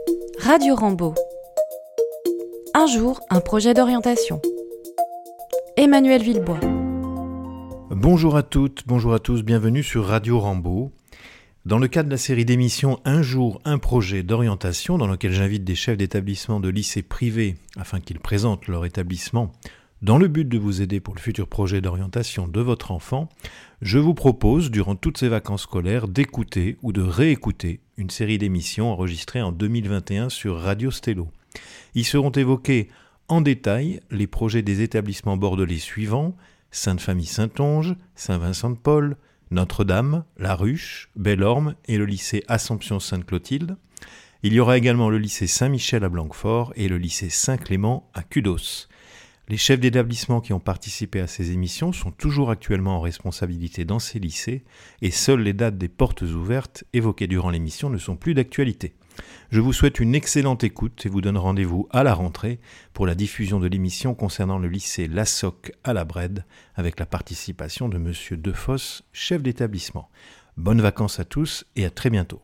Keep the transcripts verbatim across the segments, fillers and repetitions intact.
Radio Rambaud. Un jour, un projet d'orientation. Emmanuel Villebois. Bonjour à toutes, bonjour à tous, bienvenue sur Radio Rambaud. Dans le cadre de la série d'émissions Un jour, un projet d'orientation, dans lequel j'invite des chefs d'établissement de lycées privés afin qu'ils présentent leur établissement dans le but de vous aider pour le futur projet d'orientation de votre enfant, je vous propose, durant toutes ces vacances scolaires, d'écouter ou de réécouter une série d'émissions enregistrées en deux mille vingt et un sur Radio Stello. Y seront évoqués en détail les projets des établissements bordelais suivants: Sainte-Famille-Saintonge, Saint-Vincent-de-Paul, Notre-Dame, La Ruche, Belle-Orme et le lycée Assomption-Sainte-Clotilde. Il y aura également le lycée Saint-Michel à Blanquefort et le lycée Saint-Clément à Cudos. Les chefs d'établissement qui ont participé à ces émissions sont toujours actuellement en responsabilité dans ces lycées et seules les dates des portes ouvertes évoquées durant l'émission ne sont plus d'actualité. Je vous souhaite une excellente écoute et vous donne rendez-vous à la rentrée pour la diffusion de l'émission concernant le lycée Lassoc à la Brède avec la participation de Monsieur Defosse, chef d'établissement. Bonnes vacances à tous et à très bientôt.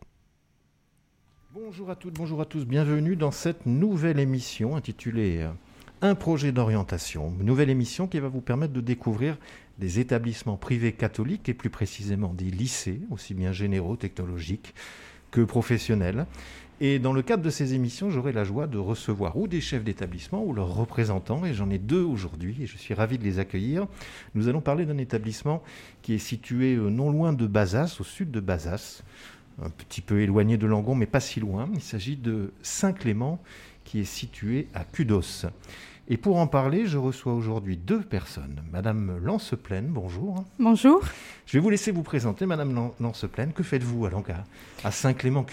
Bonjour à toutes, bonjour à tous, bienvenue dans cette nouvelle émission intitulée Un projet d'orientation, une nouvelle émission qui va vous permettre de découvrir des établissements privés catholiques et plus précisément des lycées, aussi bien généraux, technologiques que professionnels. Et dans le cadre de ces émissions, j'aurai la joie de recevoir ou des chefs d'établissement ou leurs représentants, et j'en ai deux aujourd'hui, et je suis ravi de les accueillir. Nous allons parler d'un établissement qui est situé non loin de Bazas, au sud de Bazas, un petit peu éloigné de Langon, mais pas si loin. Il s'agit de Saint-Clément, qui est situé à Cudos. Et pour en parler, je reçois aujourd'hui deux personnes. Madame Lanceplaine, bonjour. Bonjour. Je vais vous laisser vous présenter, Madame Lanceplaine. Que faites-vous à, à Saint-Clément-Cudos ?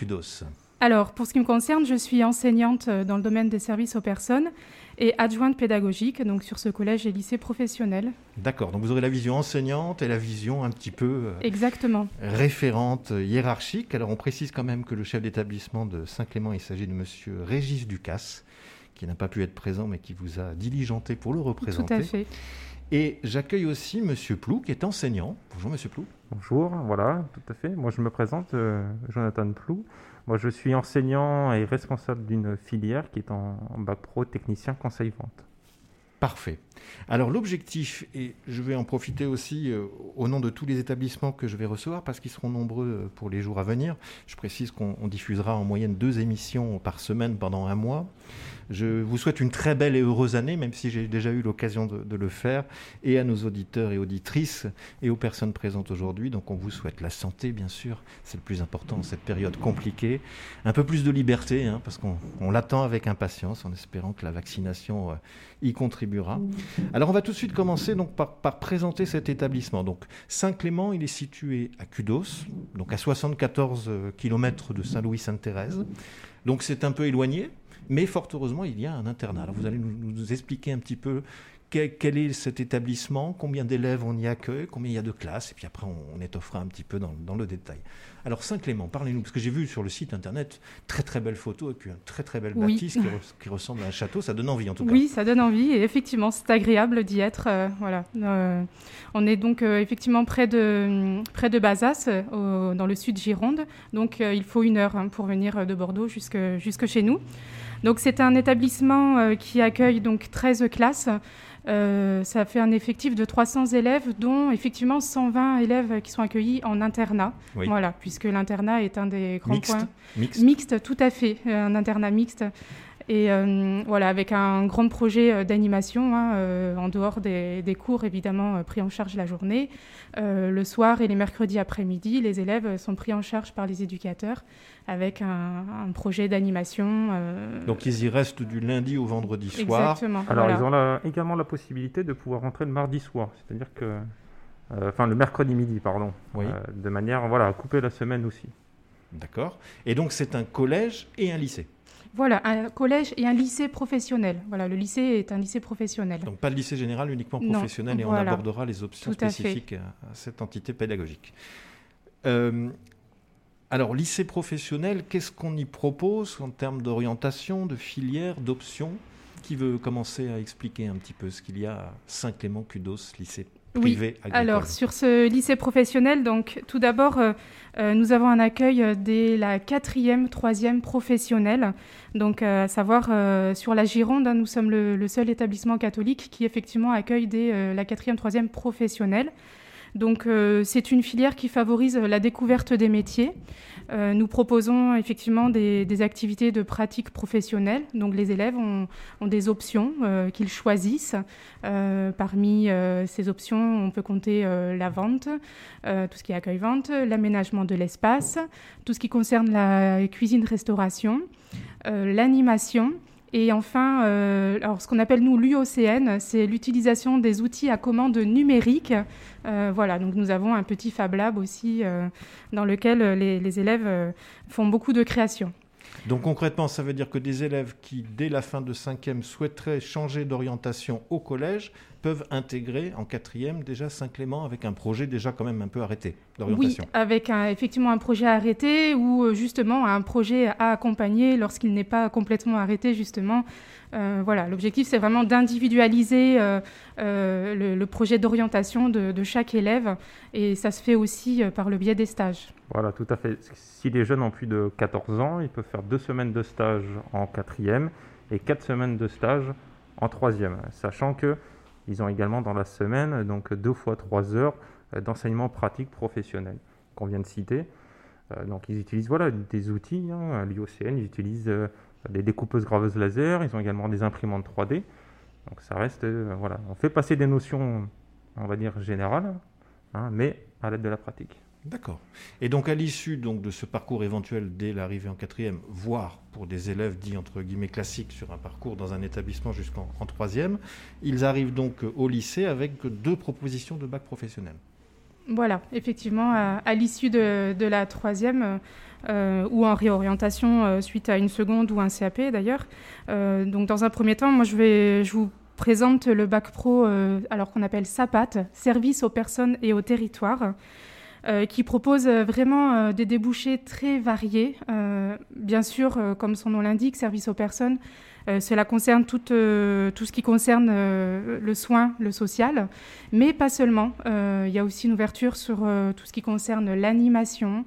Alors, pour ce qui me concerne, je suis enseignante dans le domaine des services aux personnes et adjointe pédagogique donc sur ce collège et lycée professionnel. D'accord, donc vous aurez la vision enseignante et la vision un petit peu euh, Exactement. référente, hiérarchique. Alors on précise quand même que le chef d'établissement de Saint-Clément, il s'agit de Monsieur Régis Ducasse, qui n'a pas pu être présent mais qui vous a diligenté pour le représenter. Tout à fait. Et j'accueille aussi Monsieur Plou, qui est enseignant. Bonjour Monsieur Plou. Bonjour, voilà, tout à fait. Moi je me présente, euh, Jonathan Plou. Moi je suis enseignant et responsable d'une filière qui est en, en bac pro technicien conseil-vente. Parfait. Alors l'objectif, et je vais en profiter aussi euh, au nom de tous les établissements que je vais recevoir, parce qu'ils seront nombreux pour les jours à venir. Je précise qu'on on diffusera en moyenne deux émissions par semaine pendant un mois. Je vous souhaite une très belle et heureuse année, même si j'ai déjà eu l'occasion de, de le faire, et à nos auditeurs et auditrices, et aux personnes présentes aujourd'hui. Donc on vous souhaite la santé, bien sûr, c'est le plus important en cette période compliquée. Un peu plus de liberté, hein, parce qu'on on l'attend avec impatience, en espérant que la vaccination euh, y contribuera. Alors on va tout de suite commencer donc, par, par présenter cet établissement. Donc Saint-Clément, il est situé à Cudos, donc à soixante-quatorze kilomètres de Saint-Louis-Sainte-Thérèse. Donc c'est un peu éloigné. Mais fort heureusement, il y a un internat. Alors vous allez nous, nous expliquer un petit peu quel, quel est cet établissement, combien d'élèves on y accueille, combien il y a de classes, et puis après on, on étoffera un petit peu dans, dans le détail. Alors Saint-Clément, parlez-nous, parce que j'ai vu sur le site internet très très belle photo et puis une très très belle oui. bâtisse qui, re, qui ressemble à un château. Ça donne envie en tout cas. Oui, ça donne envie et effectivement c'est agréable d'y être. Euh, voilà. Euh, on est donc euh, effectivement près de, près de Bazas, euh, dans le sud Gironde. Donc euh, il faut une heure hein, pour venir de Bordeaux jusque, jusque chez nous. Donc c'est un établissement euh, qui accueille donc treize classes. Euh, ça fait un effectif de trois cents élèves, dont effectivement cent vingt élèves qui sont accueillis en internat. Oui. Voilà, puisque l'internat est un des grands mixte. points. Mixte. Mixte, tout à fait, un internat mixte. Et euh, voilà, avec un grand projet d'animation, hein, euh, en dehors des, des cours, évidemment, euh, pris en charge la journée. Euh, le soir et les mercredis après-midi, les élèves sont pris en charge par les éducateurs avec un, un projet d'animation. Euh... Donc ils y restent du lundi au vendredi soir. Exactement. Alors voilà. ils ont la, également la possibilité de pouvoir rentrer le mardi soir, c'est-à-dire que, euh, enfin le mercredi midi, pardon, oui. euh, de manière voilà, à couper la semaine aussi. D'accord. Et donc c'est un collège et un lycée. Voilà, un collège et un lycée professionnel. Voilà, le lycée est un lycée professionnel. Donc pas le lycée général, uniquement professionnel, non, et voilà. On abordera les options Tout spécifiques à, à, à cette entité pédagogique. Euh, alors, lycée professionnel, qu'est-ce qu'on y propose en termes d'orientation, de filière, d'options ? Qui veut commencer à expliquer un petit peu ce qu'il y a à Saint-Clément-Cudos, lycée privé oui. agricole. Alors, sur ce lycée professionnel, donc, tout d'abord, euh, euh, nous avons un accueil dès la quatrième, troisième professionnelle. Donc, euh, à savoir, euh, sur la Gironde, hein, nous sommes le, le seul établissement catholique qui, effectivement, accueille dès euh, la quatrième, troisième professionnelle. Donc, euh, c'est une filière qui favorise la découverte des métiers. Euh, nous proposons effectivement des, des activités de pratique professionnelle. Donc, les élèves ont, ont des options euh, qu'ils choisissent. Euh, parmi euh, ces options, on peut compter euh, la vente, euh, tout ce qui est accueil-vente, l'aménagement de l'espace, tout ce qui concerne la cuisine-restauration, euh, l'animation. Et enfin, euh, alors ce qu'on appelle nous l'U O C N, c'est l'utilisation des outils à commande numérique. Euh, voilà, donc nous avons un petit Fab Lab aussi euh, dans lequel les, les élèves euh, font beaucoup de création. Donc concrètement, ça veut dire que des élèves qui, dès la fin de cinquième, souhaiteraient changer d'orientation au collège, peuvent intégrer en quatrième déjà Saint-Clément avec un projet déjà quand même un peu arrêté d'orientation. Oui, avec un, effectivement un projet arrêté ou justement un projet à accompagner lorsqu'il n'est pas complètement arrêté justement. Euh, voilà, l'objectif c'est vraiment d'individualiser euh, euh, le, le projet d'orientation de, de chaque élève et ça se fait aussi euh, par le biais des stages. Voilà, tout à fait. Si les jeunes ont plus de quatorze ans, ils peuvent faire deux semaines de stage en quatrième et quatre semaines de stage en troisième, sachant que ils ont également dans la semaine donc deux fois trois heures d'enseignement pratique professionnel qu'on vient de citer. Euh, donc ils utilisent voilà, des outils, hein, à l'U O C N, ils utilisent euh, des découpeuses graveuses laser, ils ont également des imprimantes trois D. Donc ça reste, euh, voilà, on fait passer des notions, on va dire générales, hein, mais à l'aide de la pratique. D'accord. Et donc à l'issue donc, de ce parcours éventuel dès l'arrivée en quatrième, voire pour des élèves dits entre guillemets classiques sur un parcours dans un établissement jusqu'en en troisième, ils arrivent donc au lycée avec deux propositions de bac professionnel. Voilà, effectivement, à, à l'issue de, de la troisième euh, ou en réorientation euh, suite à une seconde ou un C A P d'ailleurs. Euh, donc dans un premier temps, moi je vais, je vous présente le bac pro, euh, alors qu'on appelle SAPAT, Service aux personnes et au territoire. Euh, qui propose vraiment euh, des débouchés très variés. Euh, bien sûr, euh, comme son nom l'indique, service aux personnes, euh, cela concerne tout, euh, tout ce qui concerne euh, le soin, le social, mais pas seulement. Euh, il y a aussi une ouverture sur euh, tout ce qui concerne l'animation,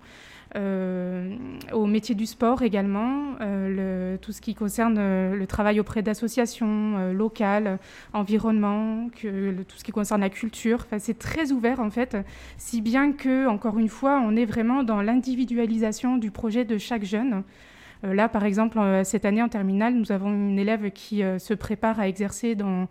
Euh, au métier du sport également, euh, le, tout ce qui concerne euh, le travail auprès d'associations euh, locales, environnement, que, le, tout ce qui concerne la culture. Enfin, c'est très ouvert en fait, si bien que, encore une fois, on est vraiment dans l'individualisation du projet de chaque jeune. Euh, là, par exemple, euh, cette année en terminale, nous avons une élève qui euh, se prépare à exercer dans,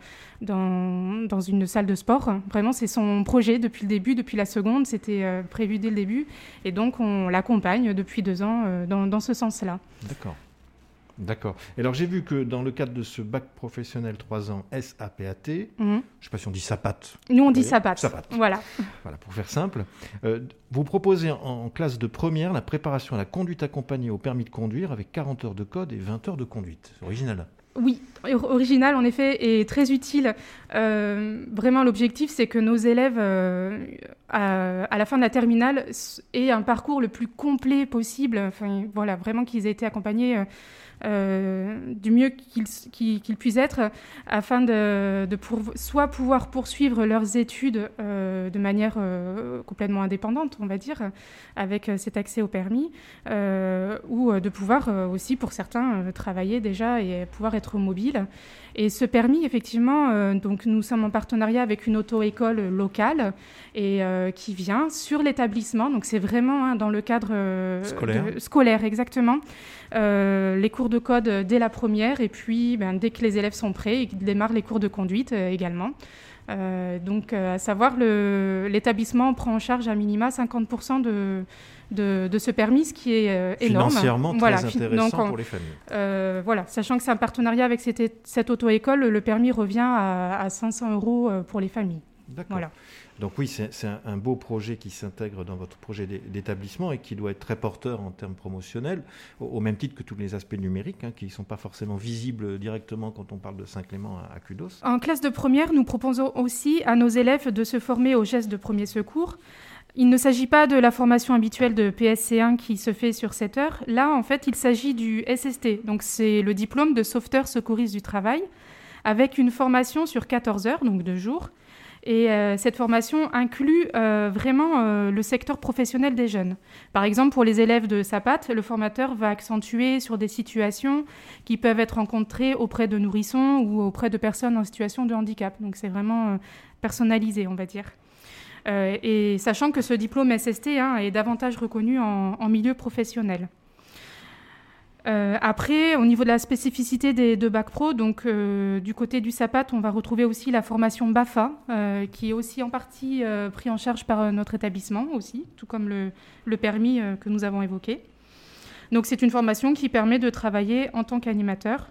dans, dans une salle de sport. Vraiment, c'est son projet depuis le début, depuis la seconde. C'était euh, prévu dès le début. Et donc, on l'accompagne depuis deux ans euh, dans, dans ce sens-là. D'accord. D'accord. Et alors, j'ai vu que dans le cadre de ce bac professionnel trois ans S A P A T, mmh. je ne sais pas si on dit SAPAT. Nous, on dit SAPAT. SAPAT. Voilà. Voilà, pour faire simple. Euh, vous proposez en, en classe de première la préparation à la conduite accompagnée au permis de conduire avec quarante heures de code et vingt heures de conduite. C'est original. Oui, original en effet et très utile. Euh, vraiment, l'objectif, c'est que nos élèves, euh, à, à la fin de la terminale, aient un parcours le plus complet possible. Enfin, voilà, vraiment qu'ils aient été accompagnés euh, euh, du mieux qu'ils, qu'ils, qu'ils puissent être, afin de, de pour, soit pouvoir poursuivre leurs études euh, de manière euh, complètement indépendante, on va dire, avec cet accès au permis, euh, ou de pouvoir euh, aussi, pour certains, euh, travailler déjà et pouvoir être mobile. Et ce permis, effectivement, euh, donc nous sommes en partenariat avec une auto-école locale et euh, qui vient sur l'établissement. Donc c'est vraiment hein, dans le cadre euh, scolaire. De, scolaire, exactement. Euh, les cours de code dès la première et puis ben, dès que les élèves sont prêts, ils démarrent les cours de conduite euh, également. Euh, donc, euh, à savoir, le, l'établissement prend en charge à minima cinquante pour cent de, de, de ce permis, ce qui est euh, énorme. Financièrement très voilà, intéressant donc, on, pour les familles. Euh, voilà, sachant que c'est un partenariat avec cette, cette auto-école, le permis revient à, à cinq cents euros pour les familles. D'accord. Voilà. Donc oui, c'est, c'est un, un beau projet qui s'intègre dans votre projet d'établissement et qui doit être très porteur en termes promotionnels, au, au même titre que tous les aspects numériques, hein, qui ne sont pas forcément visibles directement quand on parle de Saint-Clément à, à Cudos. En classe de première, nous proposons aussi à nos élèves de se former aux gestes de premier secours. Il ne s'agit pas de la formation habituelle de P S C un qui se fait sur sept heures. Là, en fait, il s'agit du S S T, donc c'est le diplôme de sauveteur secouriste du travail, avec une formation sur quatorze heures, donc deux jours. Et euh, cette formation inclut euh, vraiment euh, le secteur professionnel des jeunes. Par exemple, pour les élèves de SAPAT, le formateur va accentuer sur des situations qui peuvent être rencontrées auprès de nourrissons ou auprès de personnes en situation de handicap. Donc c'est vraiment euh, personnalisé, on va dire. Euh, et sachant que ce diplôme S S T hein, est davantage reconnu en, en milieu professionnel. Euh, après, au niveau de la spécificité des deux bacs pro, donc euh, du côté du SAPAT, on va retrouver aussi la formation BAFA, euh, qui est aussi en partie euh, pris en charge par euh, notre établissement aussi, tout comme le, le permis euh, que nous avons évoqué. Donc c'est une formation qui permet de travailler en tant qu'animateur.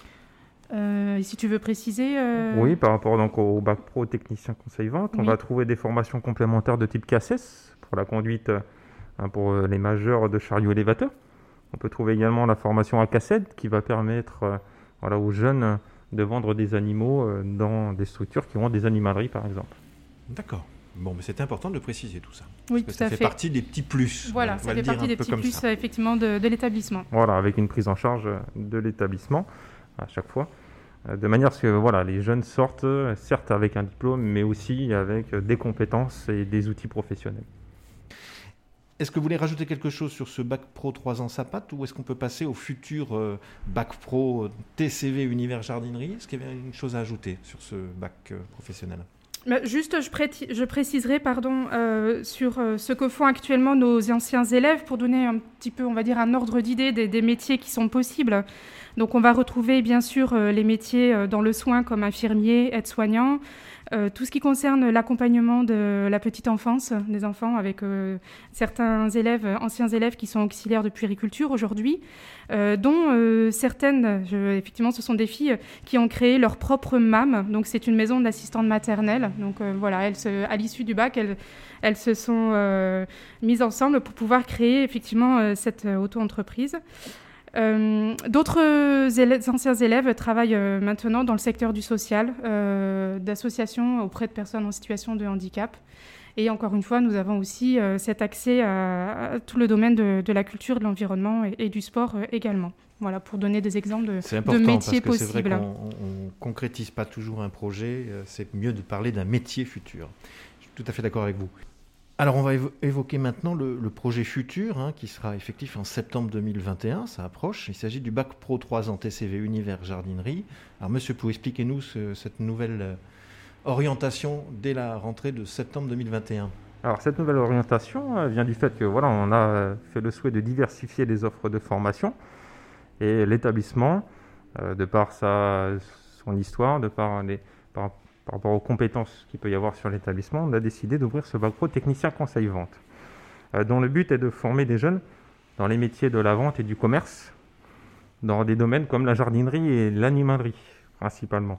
Euh, si tu veux préciser euh... Oui, par rapport donc, au bac pro technicien conseil vente, oui. On va trouver des formations complémentaires de type K S S pour la conduite hein, pour les majeurs de chariot élévateur. On peut trouver également la formation A K S E D qui va permettre euh, voilà, aux jeunes euh, de vendre des animaux euh, dans des structures qui ont des animaleries, par exemple. D'accord. Bon, mais c'est important de préciser tout ça. Oui, parce tout que à ça fait. fait partie des petits plus. Voilà, ça fait partie des petits plus, ça. effectivement, de, de l'établissement. Voilà, avec une prise en charge de l'établissement à chaque fois. De manière à ce que voilà, les jeunes sortent, certes avec un diplôme, mais aussi avec des compétences et des outils professionnels. Est-ce que vous voulez rajouter quelque chose sur ce bac pro trois ans SAPAT ou est-ce qu'on peut passer au futur euh, bac pro T C V univers jardinerie ? Est-ce qu'il y avait une chose à ajouter sur ce bac euh, professionnel ? Bah, juste, je, pré- je préciserai pardon, euh, sur euh, ce que font actuellement nos anciens élèves pour donner un petit peu, on va dire, un ordre d'idée des, des métiers qui sont possibles. Donc, on va retrouver bien sûr euh, les métiers euh, dans le soin comme infirmier, aide-soignant, euh, tout ce qui concerne l'accompagnement de la petite enfance des enfants avec euh, certains élèves, anciens élèves qui sont auxiliaires de puériculture aujourd'hui, euh, dont euh, certaines, je, effectivement, ce sont des filles qui ont créé leur propre M A M. Donc, c'est une maison d'assistante maternelle. Donc, euh, voilà, elles se, à l'issue du bac, elles, elles se sont euh, mises ensemble pour pouvoir créer effectivement euh, cette euh, auto-entreprise. Euh, d'autres élèves, anciens élèves travaillent euh, maintenant dans le secteur du social, euh, d'associations auprès de personnes en situation de handicap. Et encore une fois, nous avons aussi euh, cet accès à, à tout le domaine de, de la culture, de l'environnement et, et du sport euh, également. Voilà, pour donner des exemples de, c'est important, de métiers parce que possibles. C'est vrai qu'on ne concrétise pas toujours un projet, euh, c'est mieux de parler d'un métier futur. Je suis tout à fait d'accord avec vous. Alors, on va évo- évoquer maintenant le, le projet futur, hein, qui sera effectif en septembre deux mille vingt et un, ça approche. Il s'agit du bac pro trois ans T C V univers jardinerie. Alors, monsieur, pour expliquez-nous ce, cette nouvelle euh, orientation dès la rentrée de septembre deux mille vingt et un. Alors, cette nouvelle orientation euh, vient du fait que voilà, on a euh, fait le souhait de diversifier les offres de formation et l'établissement, euh, de par sa, son histoire, de par les... Par, Par rapport aux compétences qu'il peut y avoir sur l'établissement, on a décidé d'ouvrir ce bac pro technicien conseil vente, euh, dont le but est de former des jeunes dans les métiers de la vente et du commerce, dans des domaines comme la jardinerie et l'animalerie, principalement.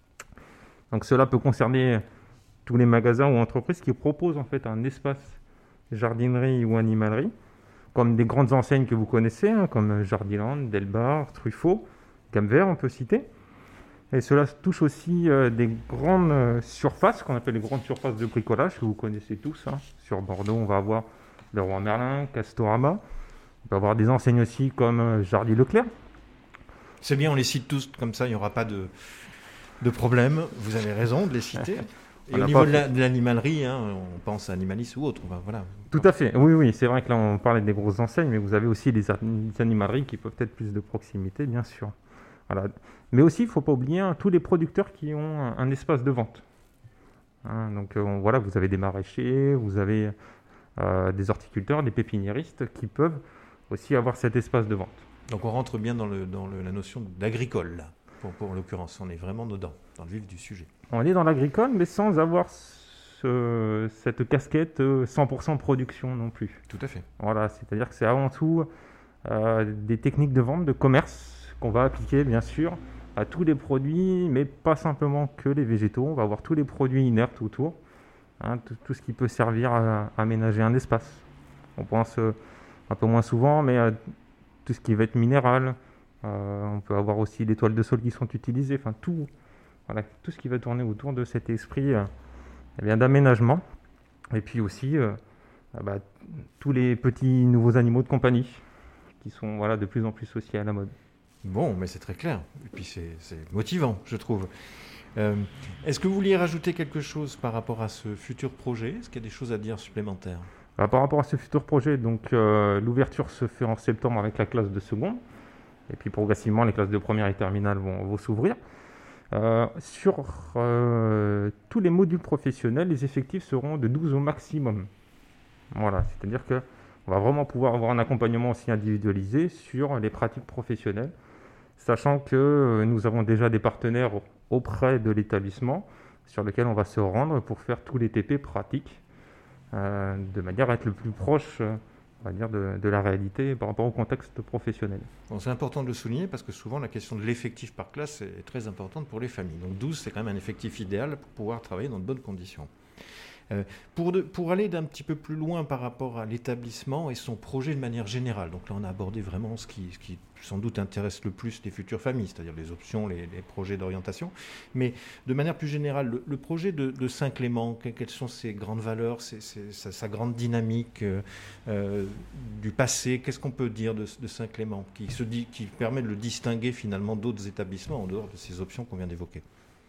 Donc cela peut concerner tous les magasins ou entreprises qui proposent en fait un espace jardinerie ou animalerie, comme des grandes enseignes que vous connaissez, hein, comme Jardiland, Delbar, Truffaut, Gamme Vert, on peut citer. Et cela touche aussi euh, des grandes euh, surfaces, qu'on appelle les grandes surfaces de bricolage, que vous connaissez tous. Hein. Sur Bordeaux, on va avoir Leroy Merlin, Castorama. On peut avoir des enseignes aussi comme euh, Jardy Leclerc. C'est bien, on les cite tous, comme ça il n'y aura pas de, de problème. Vous avez raison de les citer. Et au niveau de, la, de l'animalerie, hein, on pense à Animalis ou autre. Va, voilà. Tout à fait, oui, oui, c'est vrai que là on parlait des grosses enseignes, mais vous avez aussi des, des animaleries qui peuvent être plus de proximité, bien sûr. Voilà. Mais aussi, il ne faut pas oublier hein, tous les producteurs qui ont un, un espace de vente. Hein, donc euh, voilà, vous avez des maraîchers, vous avez euh, des horticulteurs, des pépiniéristes qui peuvent aussi avoir cet espace de vente. Donc on rentre bien dans, le, dans le, la notion d'agricole, là, pour, pour l'occurrence. On est vraiment dedans, dans le vif du sujet. On est dans l'agricole, mais sans avoir ce, cette casquette cent pour cent production non plus. Tout à fait. Voilà, c'est-à-dire que c'est avant tout euh, des techniques de vente, de commerce, qu'on va appliquer bien sûr à tous les produits, mais pas simplement que les végétaux. On va avoir tous les produits inertes autour, hein, tout, tout ce qui peut servir à, à aménager un espace. On pense euh, un peu moins souvent, mais euh, tout ce qui va être minéral. Euh, on peut avoir aussi les toiles de sol qui sont utilisées. Enfin, tout, voilà, tout ce qui va tourner autour de cet esprit euh, eh bien, d'aménagement. Et puis aussi euh, bah, tous les petits nouveaux animaux de compagnie qui sont voilà, de plus en plus associés à la mode. Bon, mais c'est très clair. Et puis c'est, c'est motivant, je trouve. Euh, est-ce que vous vouliez rajouter quelque chose par rapport à ce futur projet ? Est-ce qu'il y a des choses à dire supplémentaires ? Bah, par rapport à ce futur projet, donc, euh, l'ouverture se fait en septembre avec la classe de seconde. Et puis progressivement, les classes de première et terminale vont, vont s'ouvrir. Euh, sur euh, tous les modules professionnels, les effectifs seront de douze au maximum. Voilà, c'est-à-dire qu'on va vraiment pouvoir avoir un accompagnement aussi individualisé sur les pratiques professionnelles, sachant que euh, nous avons déjà des partenaires auprès de l'établissement sur lesquels on va se rendre pour faire tous les T P pratiques, euh, de manière à être le plus proche, euh, on va dire, de, de la réalité par rapport au contexte professionnel. Bon, c'est important de le souligner parce que souvent la question de l'effectif par classe est très importante pour les familles. Donc douze, c'est quand même un effectif idéal pour pouvoir travailler dans de bonnes conditions. Euh, pour, de, pour aller d'un petit peu plus loin par rapport à l'établissement et son projet de manière générale, donc là on a abordé vraiment ce qui, ce qui sans doute intéresse le plus les futures familles, c'est-à-dire les options, les, les projets d'orientation, mais de manière plus générale, le, le projet de, de Saint-Clément, que, quelles sont ses grandes valeurs, ses, ses, sa, sa grande dynamique euh, euh, du passé, qu'est-ce qu'on peut dire de, de Saint-Clément qui, se dit, qui permet de le distinguer finalement d'autres établissements en dehors de ces options qu'on vient d'évoquer ?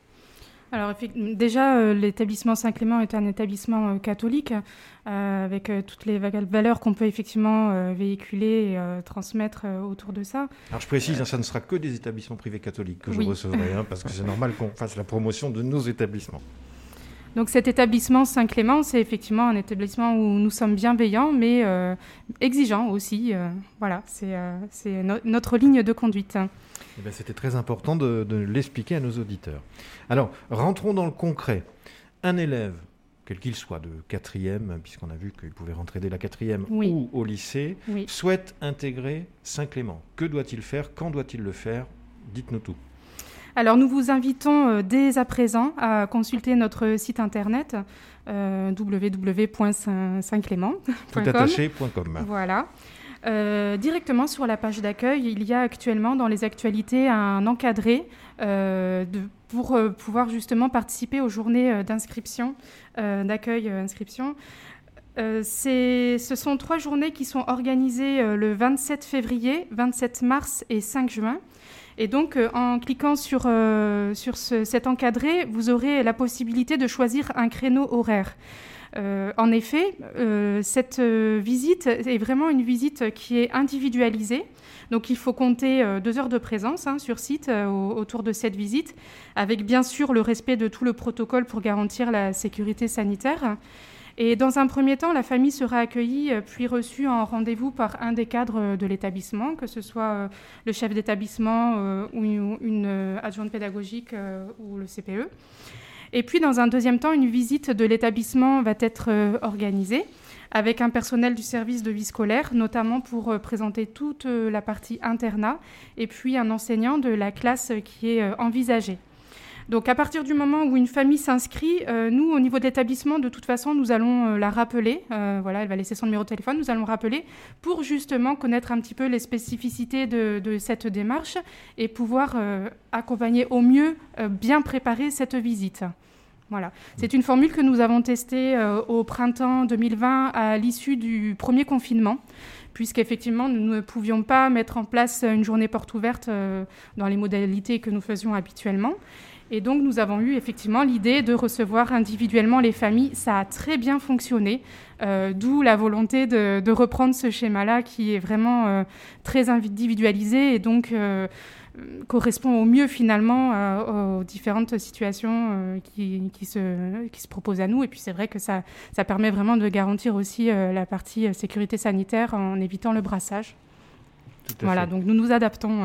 Alors déjà, euh, l'établissement Saint-Clément est un établissement euh, catholique euh, avec euh, toutes les valeurs qu'on peut effectivement euh, véhiculer et euh, transmettre euh, autour de ça. Alors je précise, hein, ça ne sera que des établissements privés catholiques que oui. je recevrai, hein, parce que c'est normal qu'on fasse la promotion de nos établissements. Donc cet établissement Saint-Clément, c'est effectivement un établissement où nous sommes bienveillants, mais euh, exigeants aussi. Euh, voilà, c'est, euh, c'est no- notre ligne de conduite. Eh bien, c'était très important de, de l'expliquer à nos auditeurs. Alors, rentrons dans le concret. Un élève, quel qu'il soit, de quatrième, puisqu'on a vu qu'il pouvait rentrer dès la quatrième, oui. ou au lycée, oui. souhaite intégrer Saint-Clément. Que doit-il faire ? Quand doit-il le faire ? Dites-nous tout. Alors, nous vous invitons euh, dès à présent à consulter notre site internet euh, w w w point saint clément point com. tout attaché point com. Voilà. Euh, directement sur la page d'accueil, il y a actuellement dans les actualités un encadré euh, de, pour euh, pouvoir justement participer aux journées euh, d'inscription, euh, d'accueil euh, inscription. Euh, c'est, ce sont trois journées qui sont organisées euh, le vingt-sept février, vingt-sept mars et cinq juin. Et donc, euh, en cliquant sur, euh, sur ce, cet encadré, vous aurez la possibilité de choisir un créneau horaire. Euh, en effet, euh, cette euh, visite est vraiment une visite qui est individualisée. Donc, il faut compter euh, deux heures de présence hein, sur site euh, autour de cette visite, avec bien sûr le respect de tout le protocole pour garantir la sécurité sanitaire. Et dans un premier temps, la famille sera accueillie puis reçue en rendez-vous par un des cadres de l'établissement, que ce soit le chef d'établissement euh, ou une, une adjointe pédagogique euh, ou le C P E. Et puis, dans un deuxième temps, une visite de l'établissement va être euh, organisée avec un personnel du service de vie scolaire, notamment pour euh, présenter toute euh, la partie internat, et puis un enseignant de la classe qui est euh, envisagée. Donc, à partir du moment où une famille s'inscrit, euh, nous, au niveau de l'établissement, de toute façon, nous allons euh, la rappeler. Euh, voilà, elle va laisser son numéro de téléphone. Nous allons rappeler pour justement connaître un petit peu les spécificités de, de cette démarche et pouvoir euh, accompagner au mieux, euh, bien préparer cette visite. Voilà. C'est une formule que nous avons testée euh, au printemps deux mille vingt à l'issue du premier confinement, puisqu'effectivement, nous ne pouvions pas mettre en place une journée porte ouverte euh, dans les modalités que nous faisions habituellement. Et donc, nous avons eu effectivement l'idée de recevoir individuellement les familles. Ça a très bien fonctionné, euh, d'où la volonté de, de reprendre ce schéma-là qui est vraiment euh, très individualisé et donc euh, correspond au mieux finalement euh, aux différentes situations euh, qui, qui, se, qui se proposent à nous. Et puis, c'est vrai que ça, ça permet vraiment de garantir aussi euh, la partie euh, sécurité sanitaire en évitant le brassage. Tout à voilà, fait. donc nous nous adaptons. Euh,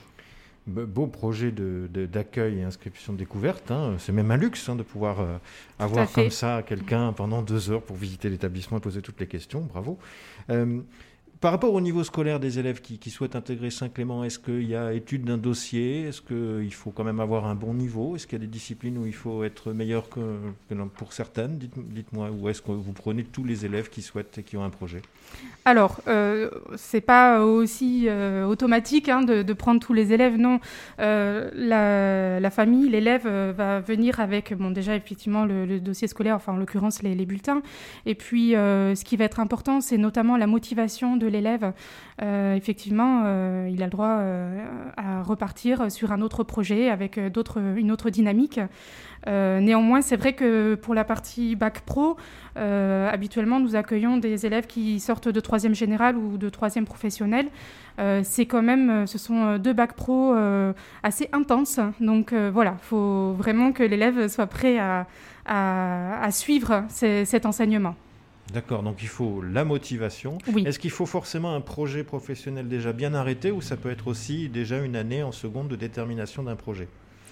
Beau projet de, de, d'accueil et inscription de découverte. Hein. C'est même un luxe hein, de pouvoir euh, avoir comme ça quelqu'un pendant deux heures pour visiter l'établissement et poser toutes les questions. Bravo. Euh, par rapport au niveau scolaire des élèves qui, qui souhaitent intégrer Saint-Clément, est-ce qu'il y a étude d'un dossier ? Est-ce qu'il faut quand même avoir un bon niveau ? Est-ce qu'il y a des disciplines où il faut être meilleur que, que pour certaines ? Dites, dites-moi, ou est-ce que vous prenez tous les élèves qui souhaitent et qui ont un projet ? Alors, euh, c'est pas aussi euh, automatique hein, de, de prendre tous les élèves, non. Euh, la, la famille, l'élève euh, va venir avec, bon, déjà effectivement le, le dossier scolaire, enfin en l'occurrence les, les bulletins. Et puis, euh, ce qui va être important, c'est notamment la motivation de l'élève, euh, effectivement, euh, il a le droit euh, à repartir sur un autre projet avec d'autres, une autre dynamique. Euh, néanmoins, c'est vrai que pour la partie bac pro, euh, habituellement, nous accueillons des élèves qui sortent de troisième général ou de troisième professionnel. Euh, c'est quand même, ce sont deux bacs pro euh, assez intenses. Donc euh, voilà, il faut vraiment que l'élève soit prêt à, à, à suivre ces, cet enseignement. D'accord, donc il faut la motivation. Oui. Est-ce qu'il faut forcément un projet professionnel déjà bien arrêté ou ça peut être aussi déjà une année en seconde de détermination d'un projet ?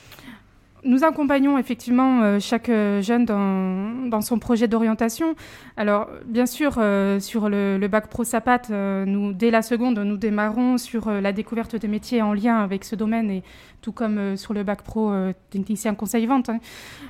Nous accompagnons effectivement euh, chaque euh, jeune dans, dans son projet d'orientation. Alors, bien sûr, euh, sur le, le bac pro SAPAT, euh, nous, dès la seconde, nous démarrons sur euh, la découverte des métiers en lien avec ce domaine, et tout comme euh, sur le bac pro euh, technicien conseil-vente. Hein.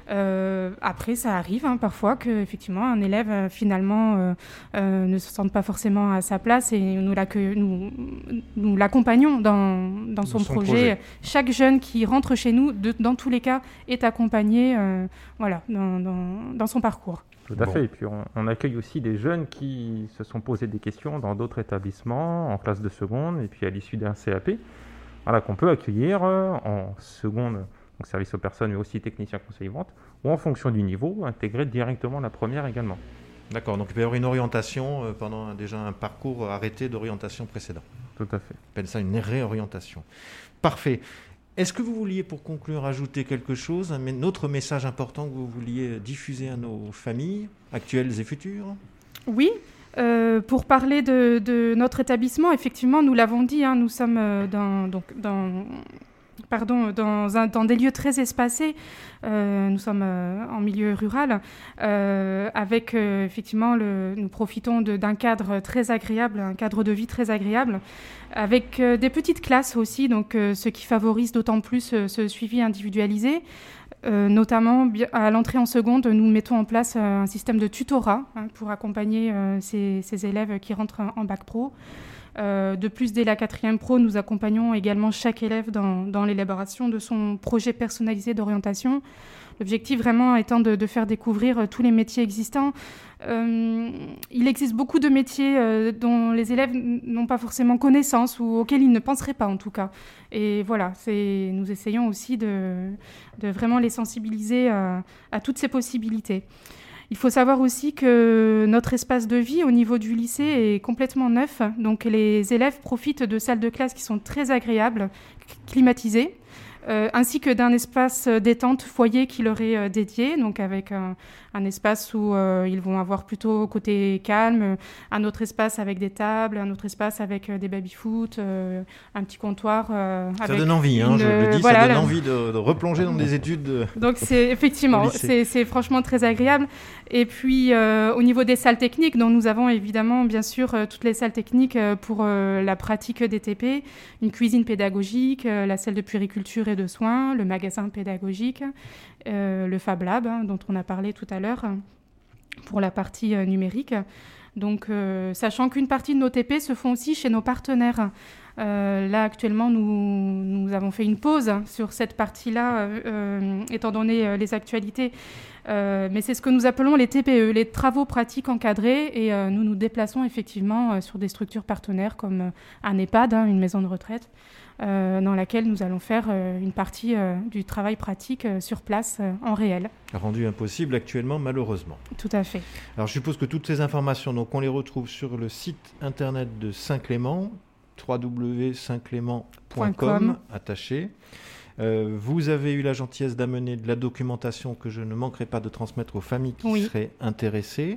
Euh, après, ça arrive hein, parfois qu'effectivement, un élève, euh, finalement, euh, euh, ne se sente pas forcément à sa place, et nous, nous, nous l'accompagnons dans, dans son, son projet. projet. Chaque jeune qui rentre chez nous, de, dans tous les cas, est accompagné euh, voilà, dans, dans, dans son parcours. Tout à bon. fait. Et puis on, on accueille aussi des jeunes qui se sont posés des questions dans d'autres établissements, en classe de seconde, et puis à l'issue d'un C A P, voilà, qu'on peut accueillir euh, en seconde, donc service aux personnes, mais aussi technicien conseil-vente, ou en fonction du niveau, intégrer directement la première également. D'accord, donc il peut y avoir une orientation euh, pendant un, déjà un parcours arrêté d'orientation précédent. Tout à fait. On appelle ça une réorientation. Parfait. Est-ce que vous vouliez, pour conclure, ajouter quelque chose, un autre message important que vous vouliez diffuser à nos familles, actuelles et futures ? Oui, euh, pour parler de, de notre établissement, effectivement, nous l'avons dit, hein, nous sommes dans, donc, dans, pardon, dans, un, dans des lieux très espacés. Euh, nous sommes euh, en milieu rural, euh, avec euh, effectivement, le, nous profitons de, d'un cadre très agréable, un cadre de vie très agréable, avec euh, des petites classes aussi, donc euh, ce qui favorise d'autant plus euh, ce suivi individualisé. Euh, notamment, à l'entrée en seconde, nous mettons en place euh, un système de tutorat hein, pour accompagner euh, ces, ces élèves qui rentrent en, en bac pro. Euh, de plus, dès la quatrième pro, nous accompagnons également chaque élève dans, dans l'élaboration de son projet personnalisé d'orientation. L'objectif vraiment étant de, de faire découvrir euh, tous les métiers existants. Euh, il existe beaucoup de métiers euh, dont les élèves n'ont pas forcément connaissance ou auxquels ils ne penseraient pas en tout cas. Et voilà, c'est, nous essayons aussi de, de vraiment les sensibiliser à, à toutes ces possibilités. Il faut savoir aussi que notre espace de vie au niveau du lycée est complètement neuf. Donc les élèves profitent de salles de classe qui sont très agréables, climatisées, euh, ainsi que d'un espace détente foyer qui leur est euh, dédié, donc avec un, un espace où euh, ils vont avoir plutôt côté calme, un autre espace avec des tables, un autre espace avec euh, des baby-foot, euh, un petit comptoir. Euh, ça avec donne envie, hein, une, je le dis, voilà, ça donne là, envie de, de replonger dans des études. De... Donc c'est effectivement, c'est, c'est franchement très agréable. Et puis euh, au niveau des salles techniques, donc nous avons évidemment bien sûr euh, toutes les salles techniques euh, pour euh, la pratique des T P, une cuisine pédagogique, euh, la salle de puériculture et de soins, le magasin pédagogique, euh, le Fab Lab hein, dont on a parlé tout à l'heure pour la partie euh, numérique. Donc euh, sachant qu'une partie de nos T P se font aussi chez nos partenaires. Euh, là, actuellement, nous, nous avons fait une pause sur cette partie-là, euh, étant donné euh, les actualités. Euh, mais c'est ce que nous appelons les T P E, les travaux pratiques encadrés. Et euh, nous nous déplaçons effectivement euh, sur des structures partenaires comme euh, un EHPAD, hein, une maison de retraite, euh, dans laquelle nous allons faire euh, une partie euh, du travail pratique euh, sur place, euh, en réel. Rendu impossible actuellement, malheureusement. Tout à fait. Alors, je suppose que toutes ces informations, donc, on les retrouve sur le site internet de Saint-Clément, w w w point saint clément point com, attaché. Euh, vous avez eu la gentillesse d'amener de la documentation que je ne manquerai pas de transmettre aux familles qui oui. seraient intéressées.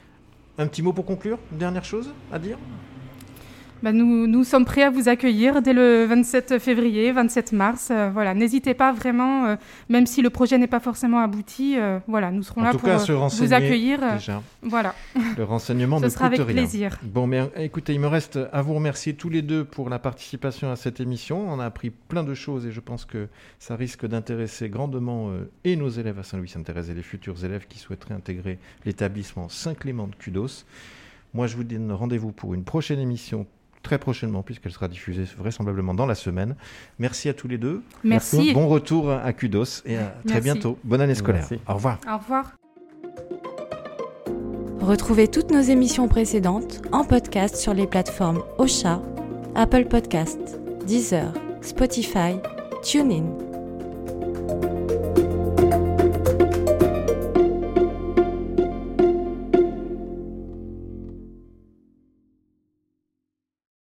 Un petit mot pour conclure, une dernière chose à dire ? Bah nous, nous sommes prêts à vous accueillir dès le vingt-sept février, vingt-sept mars. Euh, voilà, n'hésitez pas vraiment, euh, même si le projet n'est pas forcément abouti, euh, voilà, nous serons en là tout pour cas, euh, se vous accueillir. Euh, déjà. Voilà. Le renseignement Ce ne sera coûte avec rien. plaisir. Bon, mais écoutez, il me reste à vous remercier tous les deux pour la participation à cette émission. On a appris plein de choses et je pense que ça risque d'intéresser grandement euh, et nos élèves à Saint-Louis-Sainte-Thérèse et les futurs élèves qui souhaiteraient intégrer l'établissement Saint-Clément de Kudos. Moi, je vous donne rendez-vous pour une prochaine émission très prochainement, puisqu'elle sera diffusée vraisemblablement dans la semaine. Merci à tous les deux. Merci. Merci. Bon retour à Kudos et à très Merci. bientôt. Bonne année scolaire. Merci. Au revoir. Au revoir. Retrouvez toutes nos émissions précédentes en podcast sur les plateformes Ocha, Apple Podcasts, Deezer, Spotify, TuneIn.